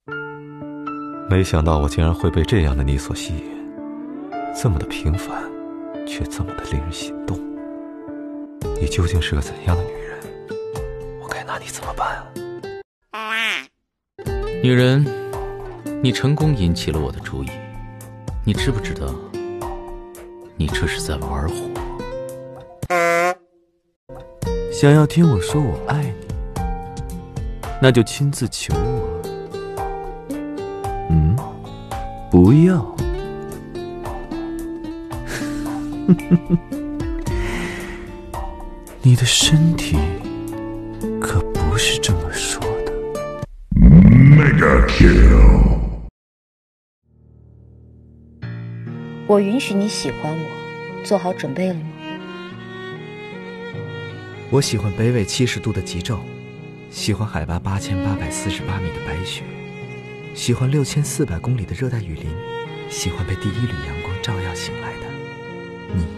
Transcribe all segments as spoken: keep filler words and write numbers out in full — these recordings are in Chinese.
没想到我竟然会被这样的你所吸引，这么的平凡，却这么的令人心动。你究竟是个怎样的女人？我该拿你怎么办啊？ 女人，你成功引起了我的注意，你知不知道，你这是在玩火？ 想要听我说我爱你，那就亲自求我。嗯，不要。你的身体可不是这么说的。 Mega kill。 我允许你喜欢我，做好准备了吗？ 我喜欢北纬七十度的极昼，喜欢海拔八千八百四十八米的白雪，喜欢六千四百公里的热带雨林，喜欢被第一缕阳光照耀醒来的你。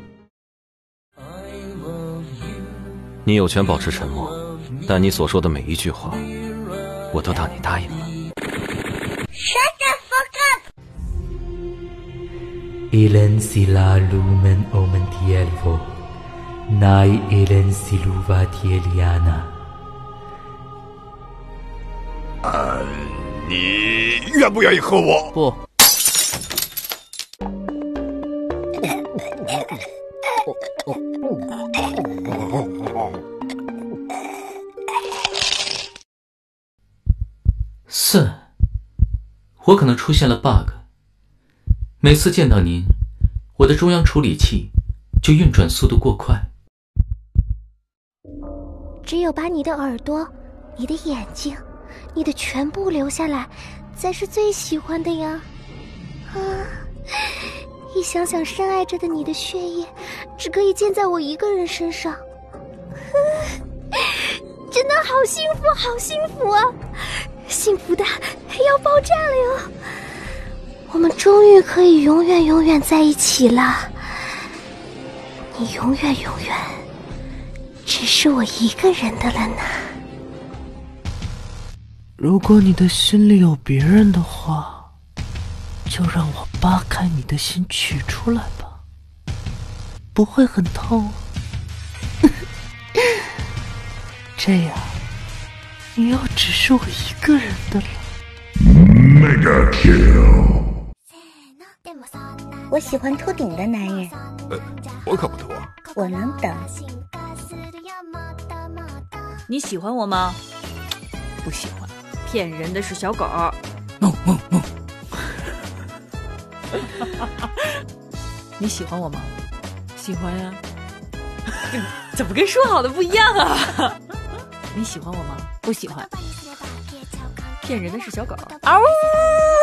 你有权保持沉默，但你所说的每一句话，我都当你答应了。 Shut the fuck up! Ilan sila lumen omen tielvo, nai ilan siluva tieliana。 呃，你愿不愿意和我？ 不。四，我可能出现了 bug。每次见到您，我的中央处理器就运转速度过快。 只有把你的耳朵、你的眼睛、你的全部留下来，才是最喜欢的呀！啊，一想想深爱着的你的血液，只可以溅在我一个人身上，真的好幸福，好幸福啊！幸福的要爆炸了哟！我们终于可以永远永远在一起了。你永远永远只是我一个人的了呢。 如果你的心里有别人的话，就让我扒开你的心取出来吧，不会很痛。这样你又只是我一个人的了。 Mega kill。 我喜欢秃顶的男人。 呃，我可不秃。 我能等。 你喜欢我吗？不喜欢，骗人的是小狗。 梦梦梦。 你喜欢我吗？喜欢呀。怎么跟说好的不一样啊？你喜欢我吗？不喜欢。骗人的是小狗。嗷呜！